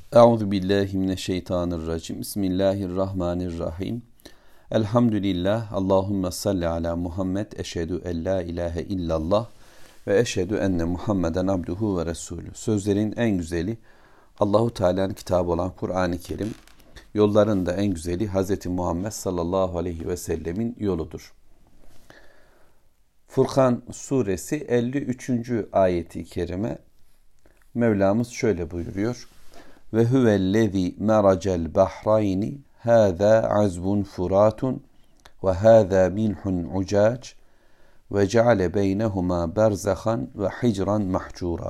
Euzu billahi mineşşeytanirracim. Bismillahirrahmanirrahim. Elhamdülillah. Allahumme salli ala Muhammed. Eşhedü en la ilahe illallah ve eşhedü enne Muhammeden abduhu ve resulü. Sözlerin en güzeli Allahu Teala'nın kitabı olan Kur'an-ı Kerim. Yolların da en güzeli Hz. Muhammed sallallahu aleyhi ve sellemin yoludur. Furkan suresi 53. ayeti kerime. Mevlamız şöyle buyuruyor. Ve huvellezî meracel bahrayni hâzâ azbun furatun ve hâzâ milhun ucac ve ceale beynehumâ berzahan ve hicran mahcura.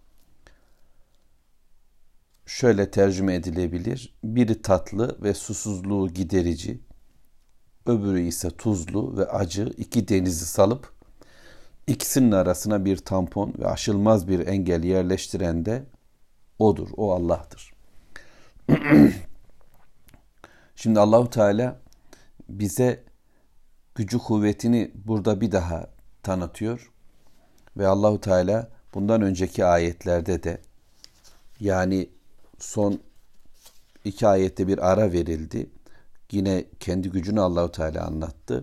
Şöyle tercüme edilebilir. Biri tatlı ve susuzluğu giderici, öbürü ise tuzlu ve acı iki denizi salıp ikisinin arasına bir tampon ve aşılmaz bir engel yerleştiren de O'dur, o Allah'tır. Şimdi Allahu Teala bize gücü kuvvetini burada bir daha tanıtıyor ve Allahu Teala bundan önceki ayetlerde de, yani son iki ayette bir ara verildi. Yine kendi gücünü Allahu Teala anlattı.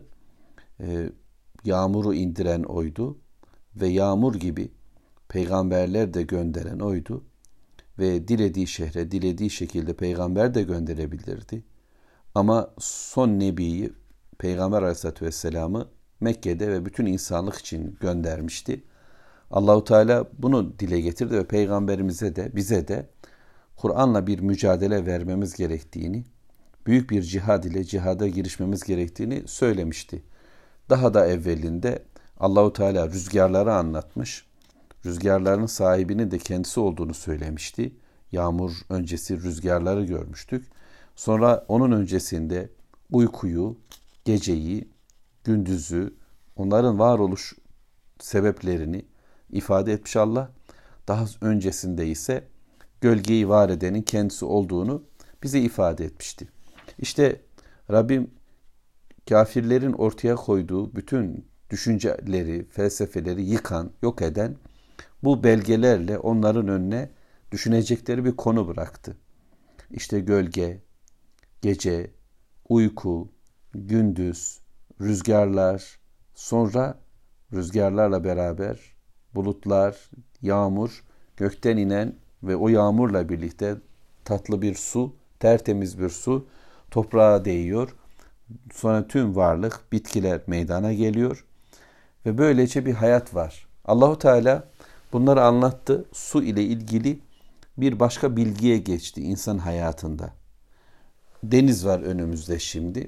Yağmuru indiren oydu ve yağmur gibi peygamberler de gönderen oydu. Ve dilediği şehre, dilediği şekilde peygamber de gönderebilirdi. Ama son nebiyi, Peygamber Aleyhisselatü Vesselam'ı Mekke'de ve bütün insanlık için göndermişti. Allahu Teala bunu dile getirdi ve peygamberimize de, bize de Kur'an'la bir mücadele vermemiz gerektiğini, büyük bir cihad ile cihada girişmemiz gerektiğini söylemişti. Daha da evvelinde Allahu Teala rüzgarları anlatmış. Rüzgarların sahibinin de kendisi olduğunu söylemişti. Yağmur öncesi rüzgarları görmüştük. Sonra onun öncesinde uykuyu, geceyi, gündüzü, onların varoluş sebeplerini ifade etmiş Allah. Daha öncesinde ise gölgeyi var edenin kendisi olduğunu bize ifade etmişti. İşte Rabbim kafirlerin ortaya koyduğu bütün düşünceleri, felsefeleri yıkan, yok eden bu belgelerle onların önüne düşünecekleri bir konu bıraktı. İşte gölge, gece, uyku, gündüz, rüzgarlar, sonra rüzgarlarla beraber bulutlar, yağmur, gökten inen ve o yağmurla birlikte tatlı bir su, tertemiz bir su toprağa değiyor. Sonra tüm varlık, bitkiler meydana geliyor ve böylece bir hayat var. Allahu Teala bunları anlattı. Su ile ilgili bir başka bilgiye geçti insan hayatında. Deniz var önümüzde şimdi.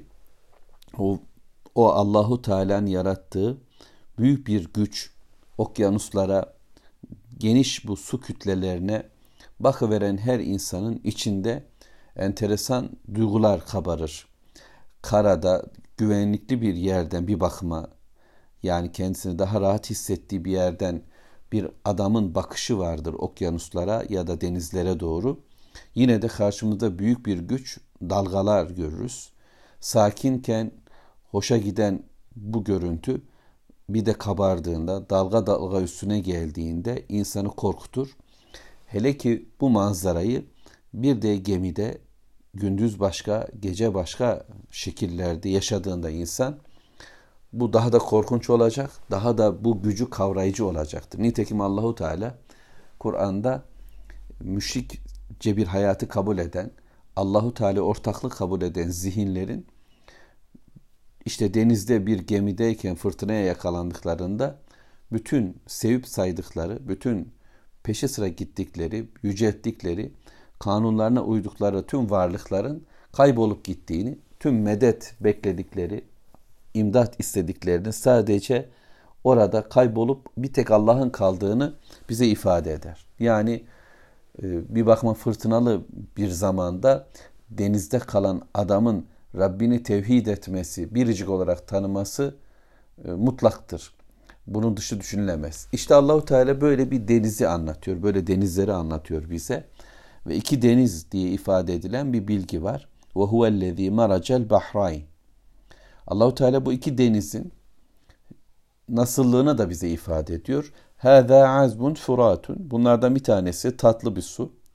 O Allahu Teala'nın yarattığı büyük bir güç, okyanuslara, geniş bu su kütlelerine bakıveren her insanın içinde enteresan duygular kabarır. Karada güvenlikli bir yerden bir bakıma, yani kendisini daha rahat hissettiği bir yerden bir adamın bakışı vardır okyanuslara ya da denizlere doğru. Yine de karşımızda büyük bir güç, dalgalar görürüz. Sakinken hoşa giden bu görüntü bir de kabardığında, dalga dalga üstüne geldiğinde insanı korkutur. Hele ki bu manzarayı bir de gemide gündüz başka, gece başka şekillerde yaşadığında insan, bu daha da korkunç olacak, daha da bu gücü kavrayıcı olacaktır. Nitekim Allahu Teala Kur'an'da müşrikçe bir hayatı kabul eden, Allahu Teala ortaklık kabul eden zihinlerin işte denizde bir gemideyken fırtınaya yakalandıklarında bütün sevip saydıkları, bütün peşi sıra gittikleri, yücelttikleri, kanunlarına uydukları tüm varlıkların kaybolup gittiğini, tüm medet bekledikleri, imdat istediklerini sadece orada kaybolup bir tek Allah'ın kaldığını bize ifade eder. Yani bir bakıma fırtınalı bir zamanda denizde kalan adamın Rabbini tevhid etmesi, biricik olarak tanıması mutlaktır. Bunun dışı düşünülemez. İşte Allahu Teala böyle bir denizi anlatıyor, böyle denizleri anlatıyor bize. Ve iki deniz diye ifade edilen bir bilgi var. Ve huvellezî meracel bahrayn. Allahu Teala bu iki denizin nasıllığını da bize ifade ediyor. Hâzâ azbun furatun. Bunlardan bir tanesi tatlı bir su.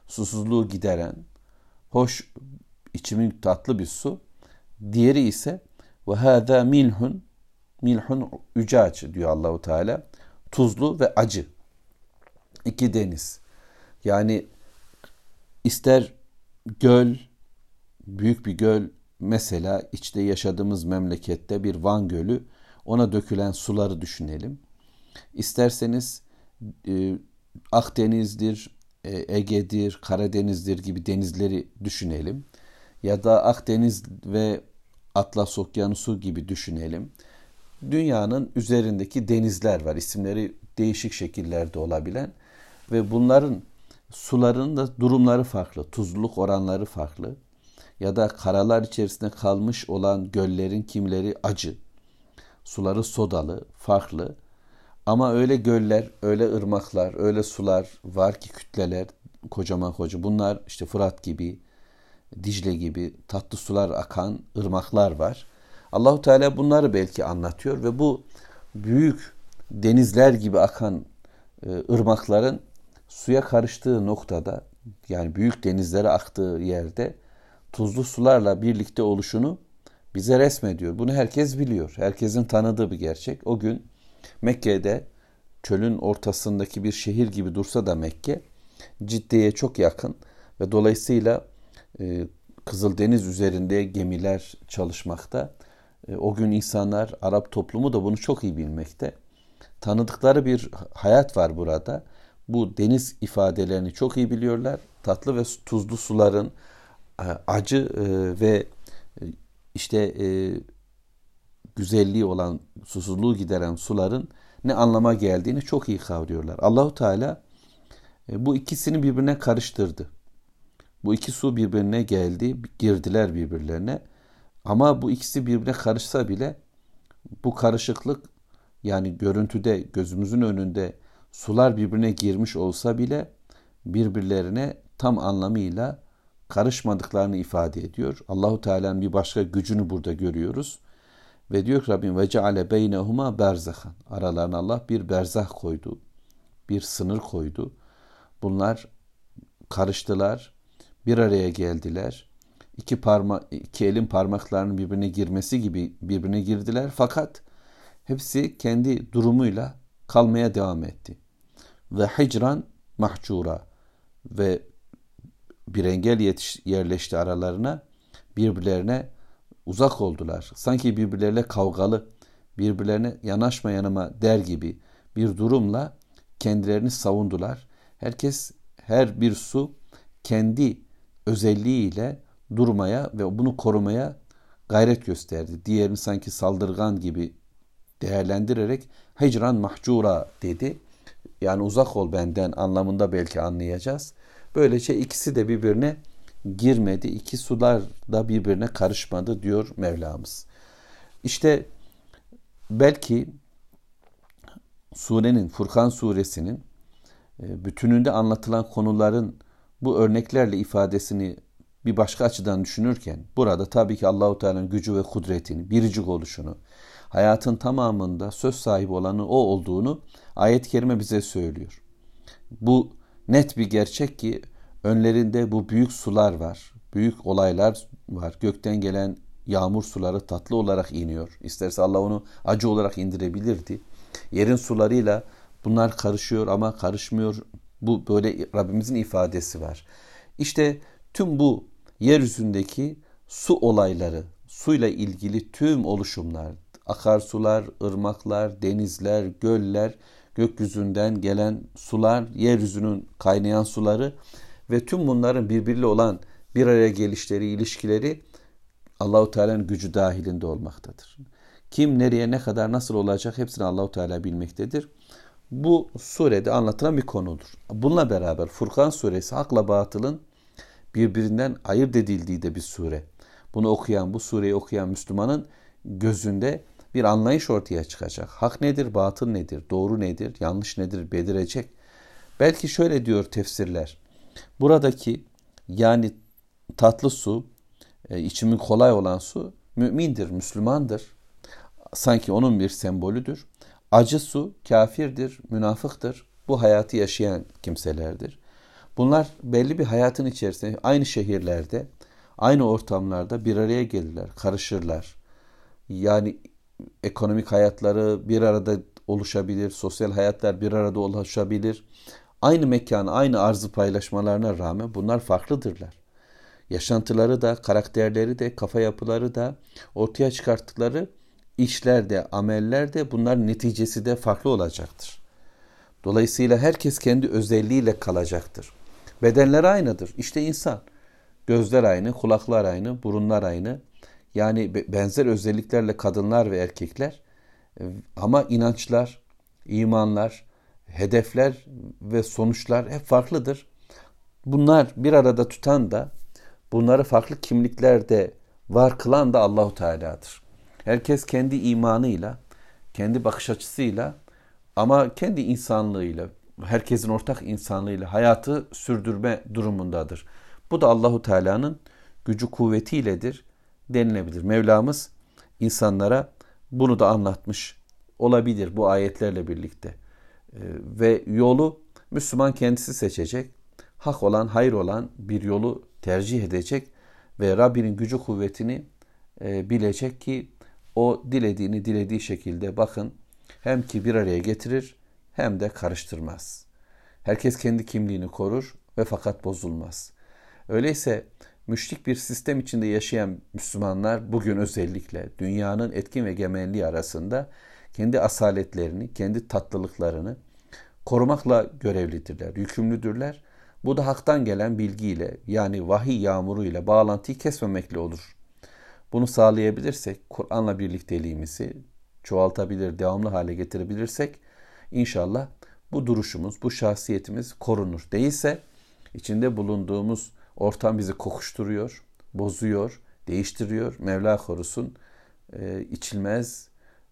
susuzluğu gideren, hoş, içimin tatlı bir su. Diğeri ise ve hâzâ milhun ücac diyor Allahu Teala. Tuzlu ve acı. İki deniz. Yani ister göl, büyük bir göl, mesela içte yaşadığımız memlekette bir Van Gölü, ona dökülen suları düşünelim. İsterseniz Akdeniz'dir, Ege'dir, Karadeniz'dir gibi denizleri düşünelim. Ya da Akdeniz ve Atlas Okyanusu gibi düşünelim. Dünyanın üzerindeki denizler var. İsimleri değişik şekillerde olabilen ve bunların suların da durumları farklı. Tuzluluk oranları farklı. Ya da karalar içerisinde kalmış olan göllerin kimileri acı. Suları sodalı, farklı. Ama öyle göller, öyle ırmaklar, öyle sular var ki kütleler kocaman koca. Bunlar işte Fırat gibi, Dicle gibi tatlı sular akan ırmaklar var. Allahu Teala bunları belki anlatıyor ve bu büyük denizler gibi akan ırmakların suya karıştığı noktada, yani büyük denizlere aktığı yerde tuzlu sularla birlikte oluşunu bize resmediyor. Bunu herkes biliyor. Herkesin tanıdığı bir gerçek. O gün Mekke'de çölün ortasındaki bir şehir gibi dursa da Mekke, Cidde'ye çok yakın ve dolayısıyla Kızıldeniz üzerinde gemiler çalışmakta. O gün insanlar, Arap toplumu da bunu çok iyi bilmekte. Tanıdıkları bir hayat var burada. Bu deniz ifadelerini çok iyi biliyorlar. Tatlı ve tuzlu suların acı ve işte güzelliği olan, susuzluğu gideren suların ne anlama geldiğini çok iyi kavruyorlar. Allahu Teala bu ikisini birbirine karıştırdı. Bu iki su birbirine geldi, girdiler birbirlerine. Ama bu ikisi birbirine karışsa bile bu karışıklık, yani görüntüde, gözümüzün önünde sular birbirine girmiş olsa bile birbirlerine tam anlamıyla karışmadıklarını ifade ediyor. Allahu Teala'nın bir başka gücünü burada görüyoruz. Ve diyor ki Rabbim ve ceale beynehuma berzahan. Aralarına Allah bir berzah koydu. Bir sınır koydu. Bunlar karıştılar. Bir araya geldiler. İki elin parmaklarının birbirine girmesi gibi birbirine girdiler. Fakat hepsi kendi durumuyla kalmaya devam etti. Ve hicran mahcura, ve bir engel yerleşti aralarına, birbirlerine uzak oldular. Sanki birbirleriyle kavgalı, birbirlerine yanaşma yanıma der gibi bir durumla kendilerini savundular. Her bir su kendi özelliğiyle durmaya ve bunu korumaya gayret gösterdi. Diğerini sanki saldırgan gibi değerlendirerek hicran mahcura dedi. Yani uzak ol benden anlamında belki anlayacağız. Böylece ikisi de birbirine girmedi. İki sular da birbirine karışmadı diyor Mevlamız. İşte belki Furkan suresinin bütününde anlatılan konuların bu örneklerle ifadesini bir başka açıdan düşünürken burada tabii ki Allahu Teala'nın gücü ve kudretini, biricik oluşunu, hayatın tamamında söz sahibi olanı o olduğunu ayet-i kerime bize söylüyor. Bu net bir gerçek ki önlerinde bu büyük sular var, büyük olaylar var. Gökten gelen yağmur suları tatlı olarak iniyor. İsterse Allah onu acı olarak indirebilirdi. Yerin sularıyla bunlar karışıyor ama karışmıyor. Bu böyle Rabbimizin ifadesi var. İşte tüm bu yeryüzündeki su olayları, suyla ilgili tüm oluşumlar, akarsular, ırmaklar, denizler, göller, gökyüzünden gelen sular, yeryüzünün kaynayan suları ve tüm bunların birbiriyle olan bir araya gelişleri, ilişkileri Allahu Teala'nın gücü dahilinde olmaktadır. Kim nereye, ne kadar, nasıl olacak hepsini Allahu Teala bilmektedir. Bu surede anlatılan bir konudur. Bununla beraber Furkan suresi hakla batılın birbirinden ayırt edildiği de bir sure. Bu sureyi okuyan Müslümanın gözünde bir anlayış ortaya çıkacak. Hak nedir, batıl nedir, doğru nedir, yanlış nedir belirecek. Belki şöyle diyor tefsirler. Buradaki yani tatlı su, içimi kolay olan su mümindir, Müslümandır. Sanki onun bir sembolüdür. Acı su kafirdir, münafıktır. Bu hayatı yaşayan kimselerdir. Bunlar belli bir hayatın içerisinde aynı şehirlerde, aynı ortamlarda bir araya gelirler, karışırlar. Yani ekonomik hayatları bir arada oluşabilir, sosyal hayatlar bir arada oluşabilir. Aynı mekanı, aynı arzı paylaşmalarına rağmen bunlar farklıdırlar. Yaşantıları da, karakterleri de, kafa yapıları da, ortaya çıkarttıkları işler de, ameller de bunların neticesi de farklı olacaktır. Dolayısıyla herkes kendi özelliğiyle kalacaktır. Bedenler aynıdır. İşte insan. Gözler aynı, kulaklar aynı, burunlar aynı. Yani benzer özelliklerle kadınlar ve erkekler. Ama inançlar, imanlar, hedefler ve sonuçlar hep farklıdır. Bunlar bir arada tutan da, bunları farklı kimliklerde var kılan da Allahu Teala'dır. Herkes kendi imanıyla, kendi bakış açısıyla ama kendi insanlığıyla, herkesin ortak insanlığıyla hayatı sürdürme durumundadır. Bu da Allahu Teala'nın gücü kuvvetiyledir denilebilir. Mevlamız insanlara bunu da anlatmış olabilir bu ayetlerle birlikte. Ve yolu Müslüman kendisi seçecek. Hak olan, hayır olan bir yolu tercih edecek ve Rabbinin gücü kuvvetini bilecek ki o dilediği şekilde bakın hem ki bir araya getirir hem de karıştırmaz. Herkes kendi kimliğini korur ve fakat bozulmaz. Öyleyse müşrik bir sistem içinde yaşayan Müslümanlar bugün özellikle dünyanın etkin ve egemenliği arasında kendi asaletlerini, kendi tatlılıklarını korumakla görevlidirler, yükümlüdürler. Bu da haktan gelen bilgiyle yani vahiy yağmuruyla bağlantıyı kesmemekle olur. Bunu sağlayabilirsek, Kur'an'la birlikteliğimizi çoğaltabilir, devamlı hale getirebilirsek inşallah bu duruşumuz, bu şahsiyetimiz korunur. Değilse içinde bulunduğumuz ortam bizi kokuşturuyor, bozuyor, değiştiriyor. Mevla korusun, içilmez,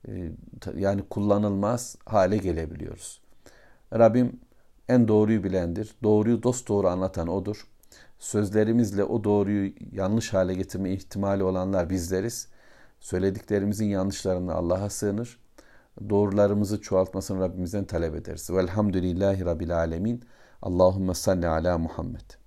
yani kullanılmaz hale gelebiliyoruz. Rabbim en doğruyu bilendir. Doğruyu dosdoğru anlatan O'dur. Sözlerimizle o doğruyu yanlış hale getirme ihtimali olanlar bizleriz. Söylediklerimizin yanlışlarını Allah'a sığınır. Doğrularımızı çoğaltmasını Rabbimizden talep ederiz. Velhamdülillahi Rabbil alemin. Allahümme salli ala Muhammed.